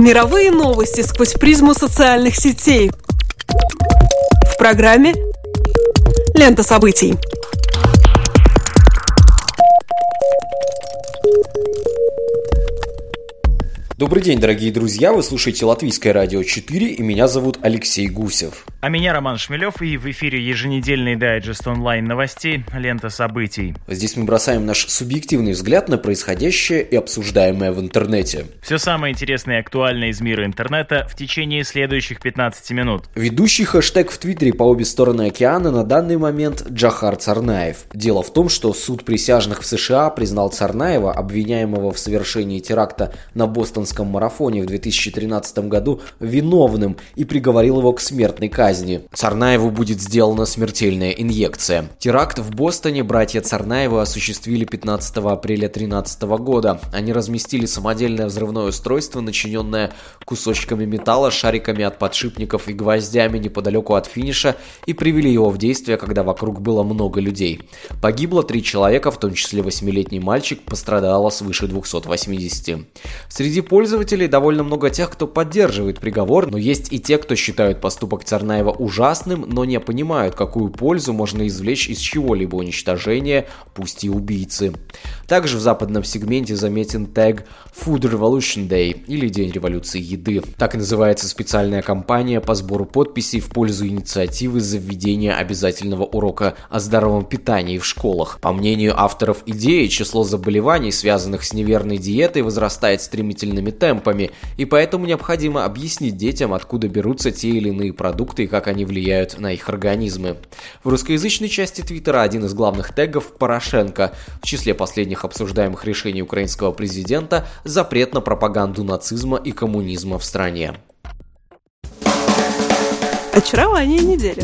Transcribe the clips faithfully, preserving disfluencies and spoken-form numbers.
Мировые новости сквозь призму социальных сетей. В программе «Лента событий». Добрый день, дорогие друзья, вы слушаете Латвийское радио четыре, и меня зовут Алексей Гусев. А меня Роман Шмелев, и в эфире еженедельный дайджест онлайн-новостей «Лента событий». Здесь мы бросаем наш субъективный взгляд на происходящее и обсуждаемое в интернете. Все самое интересное и актуальное из мира интернета в течение следующих пятнадцати минут. Ведущий хэштег в Твиттере по обе стороны океана на данный момент Джохар Царнаев. Дело в том, что суд присяжных в США признал Царнаева, обвиняемого в совершении теракта на Бостон марафоне в две тысячи тринадцатом году, виновным и приговорил его к смертной казни. Царнаеву будет сделана смертельная инъекция. Теракт в Бостоне братья Царнаевы осуществили пятнадцатого апреля две тысячи тринадцатого года. Они разместили самодельное взрывное устройство, начиненное кусочками металла, шариками от подшипников и гвоздями неподалеку от финиша, и привели его в действие, когда вокруг было много людей. Погибло три человека, в том числе восьмилетний мальчик, пострадало свыше двухсот восьмидесяти. Среди пользователей довольно много тех, кто поддерживает приговор, но есть и те, кто считают поступок Царнаева ужасным, но не понимают, какую пользу можно извлечь из чего-либо уничтожения, пусть и убийцы. Также в западном сегменте заметен тег Food Revolution Day или День революции еды. Так называется специальная кампания по сбору подписей в пользу инициативы за введение обязательного урока о здоровом питании в школах. По мнению авторов идеи, число заболеваний, связанных с неверной диетой, возрастает стремительными темпами, и поэтому необходимо объяснить детям, откуда берутся те или иные продукты и как они влияют на их организмы. В русскоязычной части Твиттера один из главных тегов – Порошенко. В числе последних обсуждаемых решений украинского президента – запрет на пропаганду нацизма и коммунизма в стране. Очарование недели.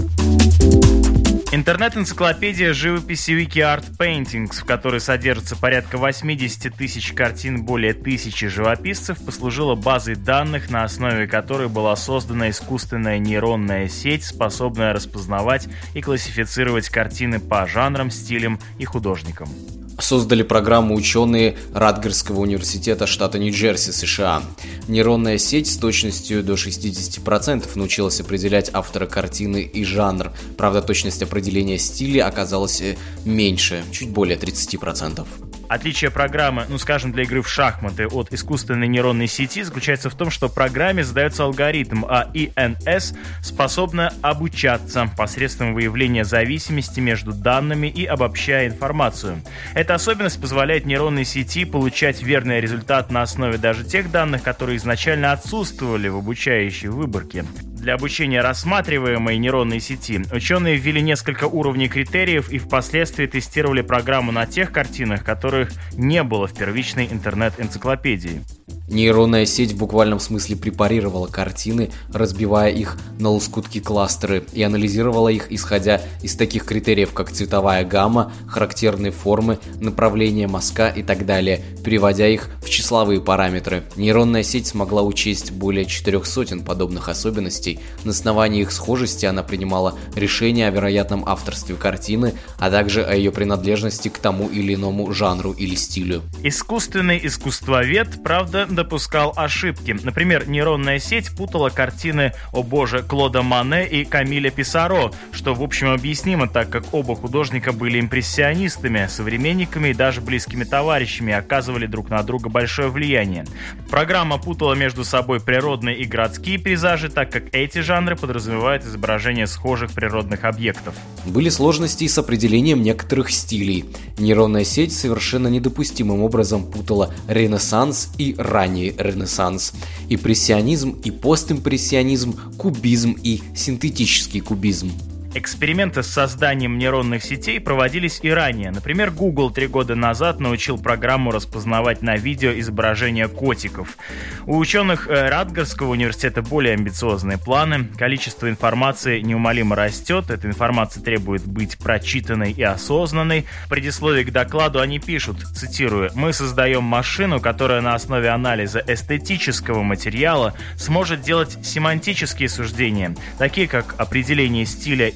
Интернет-энциклопедия живописи WikiArt Paintings, в которой содержится порядка восемьдесят тысяч картин более тысячи живописцев, послужила базой данных, на основе которой была создана искусственная нейронная сеть, способная распознавать и классифицировать картины по жанрам, стилям и художникам. Создали программу ученые Радгерского университета штата Нью-Джерси, США. Нейронная сеть с точностью до шестидесяти процентов научилась определять автора картины и жанр. Правда, точность определения стиля оказалась меньше, чуть более тридцати процентов. Отличие программы, ну скажем, для игры в шахматы от искусственной нейронной сети заключается в том, что программе задается алгоритм, а и эн эс способна обучаться посредством выявления зависимости между данными и обобщая информацию. Эта особенность позволяет нейронной сети получать верный результат на основе даже тех данных, которые изначально отсутствовали в обучающей выборке. Для обучения рассматриваемой нейронной сети ученые ввели несколько уровней критериев и впоследствии тестировали программу на тех картинах, которых не было в первичной интернет-энциклопедии. Нейронная сеть в буквальном смысле препарировала картины, разбивая их на лоскутки-кластеры, и анализировала их, исходя из таких критериев, как цветовая гамма, характерные формы, направление мазка и так далее, переводя их в числовые параметры. Нейронная сеть смогла учесть более четырех сотен подобных особенностей. На основании их схожести она принимала решения о вероятном авторстве картины, а также о ее принадлежности к тому или иному жанру или стилю. Искусственный искусствовед, правда, допускал ошибки. Например, нейронная сеть путала картины, о боже, Клода Мане и Камиля Писаро, что в общем объяснимо, так как оба художника были импрессионистами, современниками и даже близкими товарищами и оказывали друг на друга большое влияние. Программа путала между собой природные и городские пейзажи, так как эти жанры подразумевают изображение схожих природных объектов. Были сложности и с определением некоторых стилей. Нейронная сеть совершенно недопустимым образом путала Ренессанс и ранний Ренессанс, импрессионизм и постимпрессионизм, кубизм и синтетический кубизм. Эксперименты с созданием нейронных сетей проводились и ранее. Например, Google три года назад научил программу распознавать на видео изображения котиков. У ученых Радгерского университета более амбициозные планы. Количество информации неумолимо растет. Эта информация требует быть прочитанной и осознанной. В предисловии к докладу они пишут, цитирую, «Мы создаем машину, которая на основе анализа эстетического материала сможет делать семантические суждения, такие как определение стиля и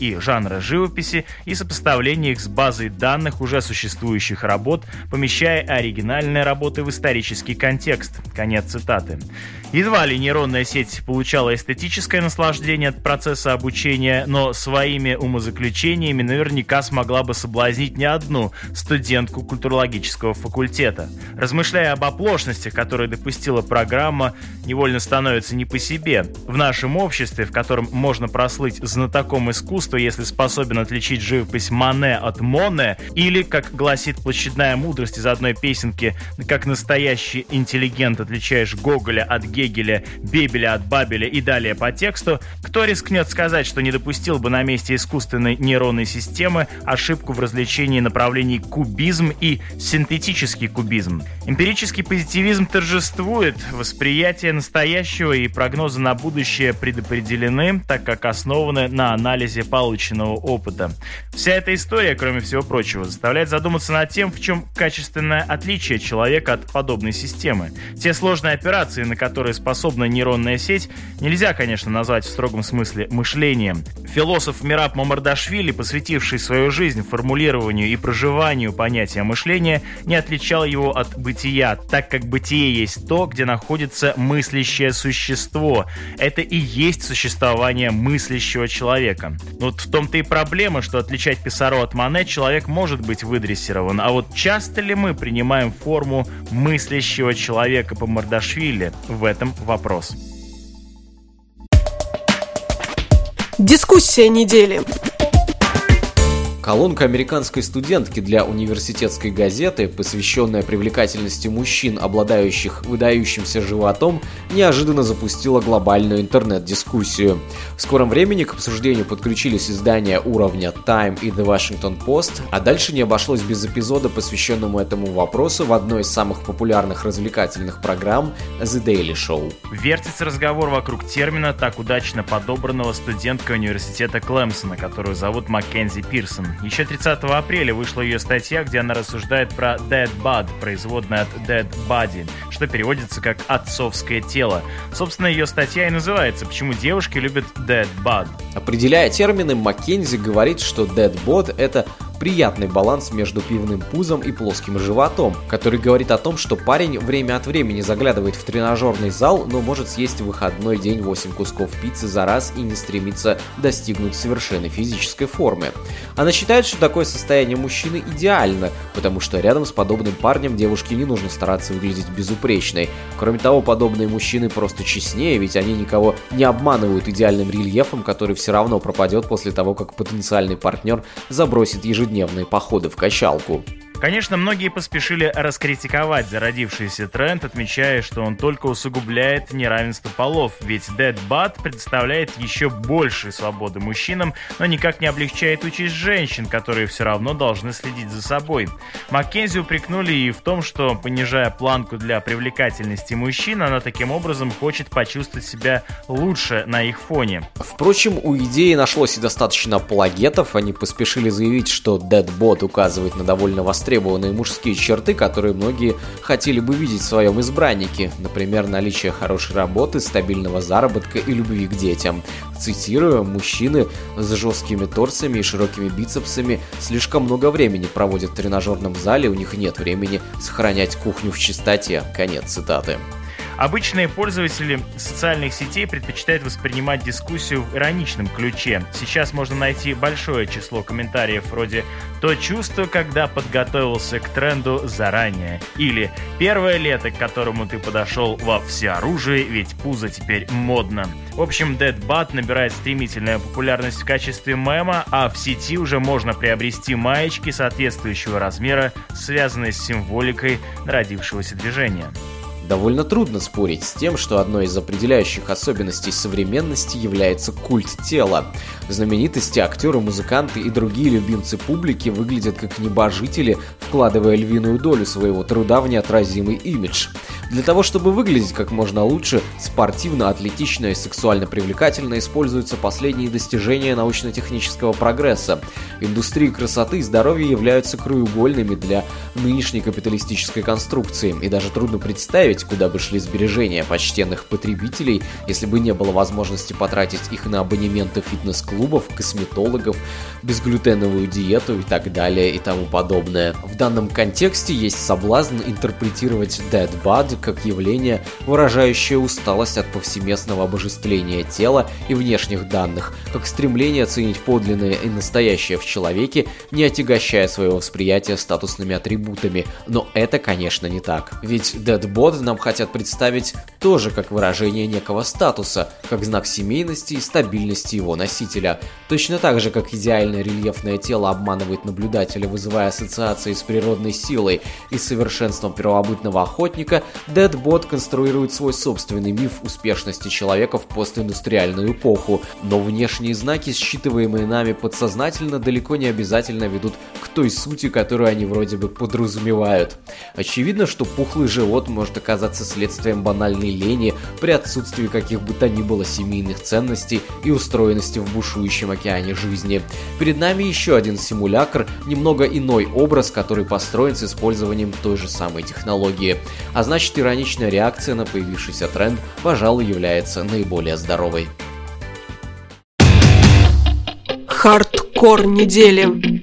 и жанра живописи и сопоставление их с базой данных уже существующих работ, помещая оригинальные работы в исторический контекст. Конец цитаты. Едва ли нейронная сеть получала эстетическое наслаждение от процесса обучения, но своими умозаключениями наверняка смогла бы соблазнить не одну студентку культурологического факультета. Размышляя об оплошностях, которые допустила программа, невольно становится не по себе. В нашем обществе, в котором можно прослыть знатоком искусства, если способен отличить живопись Мане от Моне, или, как гласит площадная мудрость из одной песенки, как настоящий интеллигент отличаешь Гоголя от Гегеля, Бебеля от Бабеля и далее по тексту, кто рискнет сказать, что не допустил бы на месте искусственной нейронной системы ошибку в развлечении направлений кубизм и синтетический кубизм? Эмпирический позитивизм торжествует, восприятие настоящего и прогнозы на будущее предопределены, так как основаны на анализе полученного опыта. Вся эта история, кроме всего прочего, заставляет задуматься над тем, в чем качественное отличие человека от подобной системы. Те сложные операции, на которые способна нейронная сеть, нельзя, конечно, назвать в строгом смысле мышлением. Философ Мераб Мамардашвили, посвятивший свою жизнь формулированию и проживанию понятия мышления, не отличал его от бытия, так как бытие есть то, где находится мыслящее существо. Это и есть существование мыслящего человека. Вот в том-то и проблема, что отличать Писаро от Мане человек может быть выдрессирован, а вот часто ли мы принимаем форму мыслящего человека по Мардашвили, в этом вопрос. Дискуссия недели. Колонка американской студентки для университетской газеты, посвященная привлекательности мужчин, обладающих выдающимся животом, неожиданно запустила глобальную интернет-дискуссию. В скором времени к обсуждению подключились издания уровня Time и The Washington Post, а дальше не обошлось без эпизода, посвященному этому вопросу в одной из самых популярных развлекательных программ The Daily Show. Вертится разговор вокруг термина, так удачно подобранного студенткой университета Клемсона, которую зовут Маккензи Пирсон. Еще тридцатого апреля вышла ее статья, где она рассуждает про dead bod, производная от dead body, что переводится как «отцовское тело». Собственно, ее статья и называется «Почему девушки любят dead bod». Определяя термины, Маккензи говорит, что dead bod – это приятный баланс между пивным пузом и плоским животом, который говорит о том, что парень время от времени заглядывает в тренажерный зал, но может съесть в выходной день восемь кусков пиццы за раз и не стремится достигнуть совершенной физической формы. Она считает, что такое состояние мужчины идеально, потому что рядом с подобным парнем девушке не нужно стараться выглядеть безупречной. Кроме того, подобные мужчины просто честнее, ведь они никого не обманывают идеальным рельефом, который все равно пропадет после того, как потенциальный партнер забросит ежедневно ежедневные походы в качалку. Конечно, многие поспешили раскритиковать зародившийся тренд, отмечая, что он только усугубляет неравенство полов, ведь dead bod предоставляет еще большей свободы мужчинам, но никак не облегчает участь женщин, которые все равно должны следить за собой. Маккензи упрекнули и в том, что, понижая планку для привлекательности мужчин, она таким образом хочет почувствовать себя лучше на их фоне. Впрочем, у идеи нашлось и достаточно апологетов, они поспешили заявить, что dead bod указывает на довольно востребованные востребованные мужские черты, которые многие хотели бы видеть в своем избраннике, например, наличие хорошей работы, стабильного заработка и любви к детям. Цитирую, мужчины с жесткими торсами и широкими бицепсами слишком много времени проводят в тренажерном зале, у них нет времени сохранять кухню в чистоте. Конец цитаты. Обычные пользователи социальных сетей предпочитают воспринимать дискуссию в ироничном ключе. Сейчас можно найти большое число комментариев вроде «То чувство, когда подготовился к тренду заранее» или «Первое лето, к которому ты подошел во всеоружии, ведь пузо теперь модно». В общем, dead bod набирает стремительную популярность в качестве мема, а в сети уже можно приобрести маечки соответствующего размера, связанные с символикой народившегося движения. Довольно трудно спорить с тем, что одной из определяющих особенностей современности является культ тела. Знаменитости, актеры, музыканты и другие любимцы публики выглядят как небожители, вкладывая львиную долю своего труда в неотразимый имидж. Для того, чтобы выглядеть как можно лучше, спортивно, атлетично и сексуально привлекательно используются последние достижения научно-технического прогресса. Индустрии красоты и здоровья являются краеугольными для нынешней капиталистической конструкции, и даже трудно представить, куда бы шли сбережения почтенных потребителей, если бы не было возможности потратить их на абонементы фитнес-клубов, косметологов, безглютеновую диету и так далее и тому подобное. В данном контексте есть соблазн интерпретировать dead bod как явление, выражающее усталость от повсеместного обожествления тела и внешних данных, как стремление оценить подлинное и настоящее в человеке, не отягощая своего восприятия статусными атрибутами. Но это, конечно, не так. Ведь dead bod нам хотят представить тоже как выражение некого статуса, как знак семейности и стабильности его носителя. Точно так же, как идеальное рельефное тело обманывает наблюдателя, вызывая ассоциации с природной силой и совершенством первобытного охотника, dead bod конструирует свой собственный миф успешности человека в постиндустриальную эпоху. Но внешние знаки, считываемые нами подсознательно, далеко не обязательно ведут к той сути, которую они вроде бы подразумевают. Очевидно, что пухлый живот может оказаться следствием банальной лени при отсутствии каких бы то ни было семейных ценностей и устроенности в бушующем океане жизни. Перед нами еще один симулякр, немного иной образ, который построен с использованием той же самой технологии. А значит, ироничная реакция на появившийся тренд, пожалуй, является наиболее здоровой. Хардкор недели.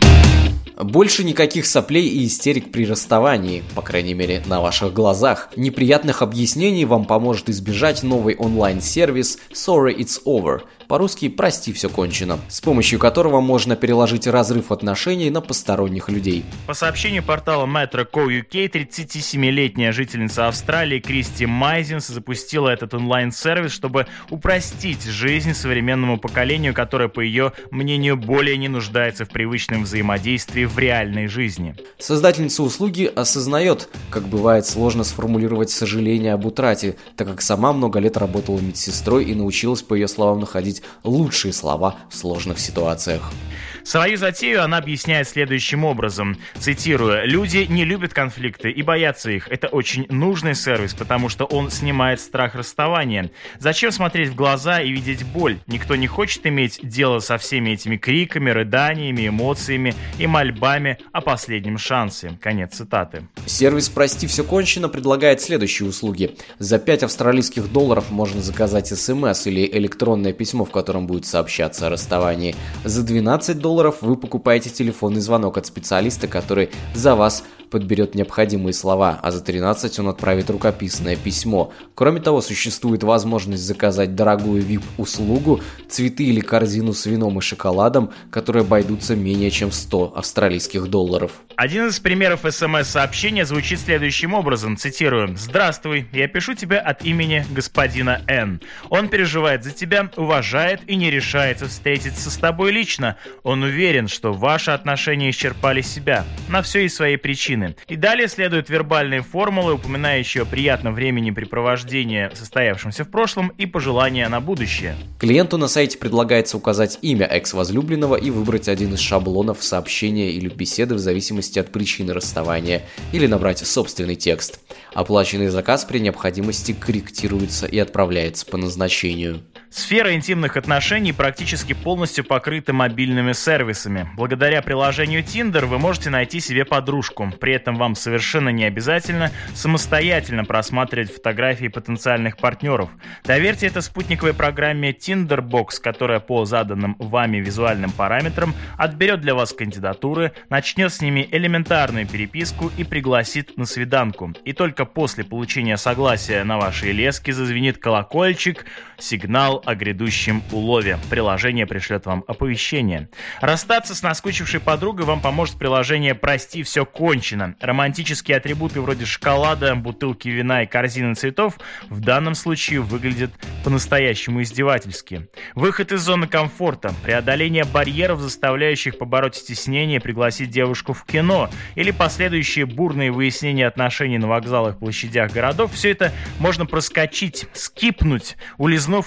Больше никаких соплей и истерик при расставании, по крайней мере, на ваших глазах. Неприятных объяснений вам поможет избежать новый онлайн-сервис Sorry It's Over, по-русски «Прости, все кончено», с помощью которого можно переложить разрыв отношений на посторонних людей. По сообщению портала Metro точка co точка ю кей, тридцатисемилетняя жительница Австралии Кристи Майзенс запустила этот онлайн-сервис, чтобы упростить жизнь современному поколению, которое, по ее мнению, более не нуждается в привычном взаимодействии в реальной жизни. Создательница услуги осознает, как бывает сложно сформулировать сожаление об утрате, так как сама много лет работала медсестрой и научилась, по ее словам, находить лучшие слова в сложных ситуациях. Свою затею она объясняет следующим образом, цитирую: «Люди не любят конфликты и боятся их. Это очень нужный сервис, потому что он снимает страх расставания. Зачем смотреть в глаза и видеть боль? Никто не хочет иметь дело со всеми этими криками, рыданиями, эмоциями и мольбами о последнем шансе». Конец цитаты. Сервис «Прости, все кончено» предлагает следующие услуги. За пять австралийских долларов можно заказать смс или электронное письмо, в котором будет сообщаться о расставании. За двенадцать долларов вы покупаете телефонный звонок от специалиста, который за вас подберет необходимые слова, а за тринадцать он отправит рукописное письмо. Кроме того, существует возможность заказать дорогую ви ай пи-услугу, цветы или корзину с вином и шоколадом, которые обойдутся менее чем сто австралийских долларов. Один из примеров смс-сообщения звучит следующим образом, цитирую: «Здравствуй, я пишу тебе от имени господина Н. Он переживает за тебя, уважает и не решается встретиться с тобой лично. Он уверен, что ваши отношения исчерпали себя. На все есть свои причины». И далее следуют вербальные формулы, упоминающие о приятном времяпрепровождении, состоявшемся в прошлом, и пожелания на будущее. Клиенту на сайте предлагается указать имя экс-возлюбленного и выбрать один из шаблонов сообщения или беседы в зависимости от причины расставания, или набрать собственный текст. Оплаченный заказ при необходимости корректируется и отправляется по назначению. Сфера интимных отношений практически полностью покрыта мобильными сервисами. Благодаря приложению Tinder вы можете найти себе подружку. При этом вам совершенно не обязательно самостоятельно просматривать фотографии потенциальных партнеров. Доверьте это спутниковой программе Tinderbox, которая по заданным вами визуальным параметрам отберет для вас кандидатуры, начнет с ними элементарную переписку и пригласит на свиданку. И только после получения согласия на вашей леске зазвенит колокольчик, сигнал о грядущем улове. Приложение пришлет вам оповещение. Расстаться с наскучившей подругой вам поможет приложение «Прости, все кончено». Романтические атрибуты вроде шоколада, бутылки вина и корзины цветов в данном случае выглядят по-настоящему издевательски. Выход из зоны комфорта, преодоление барьеров, заставляющих побороть стеснение, пригласить девушку в кино, или последующие бурные выяснения отношений на вокзалах, площадях городов — все это можно проскочить, скипнуть, улизнув от ответа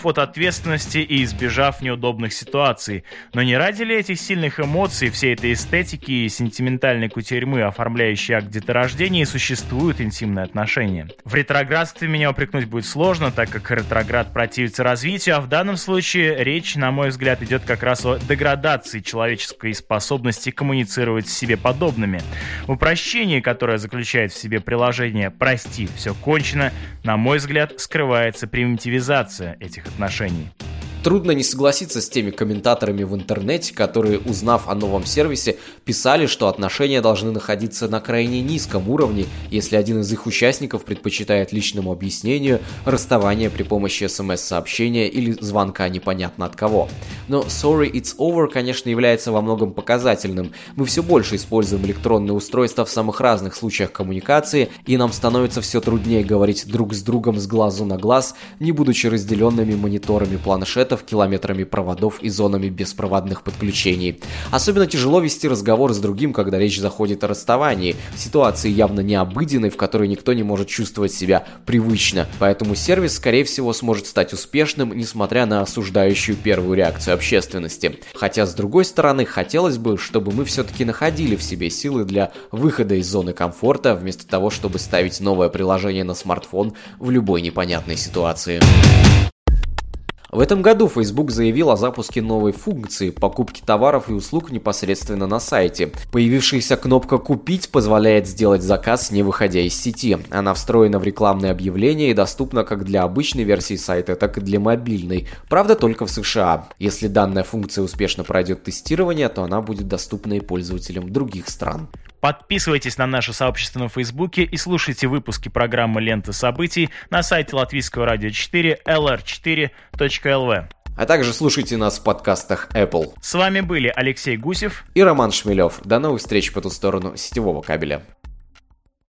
ответственности и избежав неудобных ситуаций. Но не ради ли этих сильных эмоций, всей этой эстетики и сентиментальной кутерьмы, оформляющей акт деторождения, существуют интимные отношения? В ретроградстве меня упрекнуть будет сложно, так как ретроград противится развитию, а в данном случае речь, на мой взгляд, идет как раз о деградации человеческой способности коммуницировать с себе подобными. Упрощение, которое заключает в себе приложение «прости, все кончено», на мой взгляд, скрывается примитивизация этих отношений. Трудно не согласиться с теми комментаторами в интернете, которые, узнав о новом сервисе, писали, что отношения должны находиться на крайне низком уровне, если один из их участников предпочитает личному объяснению расставание при помощи смс-сообщения или звонка непонятно от кого. Но «sorry, it's over», конечно, является во многом показательным. Мы все больше используем электронные устройства в самых разных случаях коммуникации, и нам становится все труднее говорить друг с другом с глазу на глаз, не будучи разделенными мониторами планшетов, километрами проводов и зонами беспроводных подключений. Особенно тяжело вести разговор с другим, когда речь заходит о расставании, ситуации явно необыденной, в которой никто не может чувствовать себя привычно. Поэтому сервис, скорее всего, сможет стать успешным, несмотря на осуждающую первую реакцию общественности. Хотя, с другой стороны, хотелось бы, чтобы мы все-таки находили в себе силы для выхода из зоны комфорта, вместо того, чтобы ставить новое приложение на смартфон в любой непонятной ситуации. В этом году Facebook заявил о запуске новой функции покупки товаров и услуг непосредственно на сайте. Появившаяся кнопка «Купить» позволяет сделать заказ, не выходя из сети. Она встроена в рекламные объявления и доступна как для обычной версии сайта, так и для мобильной. Правда, только в США. Если данная функция успешно пройдет тестирование, то она будет доступна и пользователям других стран. Подписывайтесь на наше сообщество на Фейсбуке и слушайте выпуски программы «Лента событий» на сайте Латвийского радио четыре эл эр четыре точка эл ви. А также слушайте нас в подкастах Apple. С вами были Алексей Гусев и Роман Шмелев. До новых встреч по ту сторону сетевого кабеля.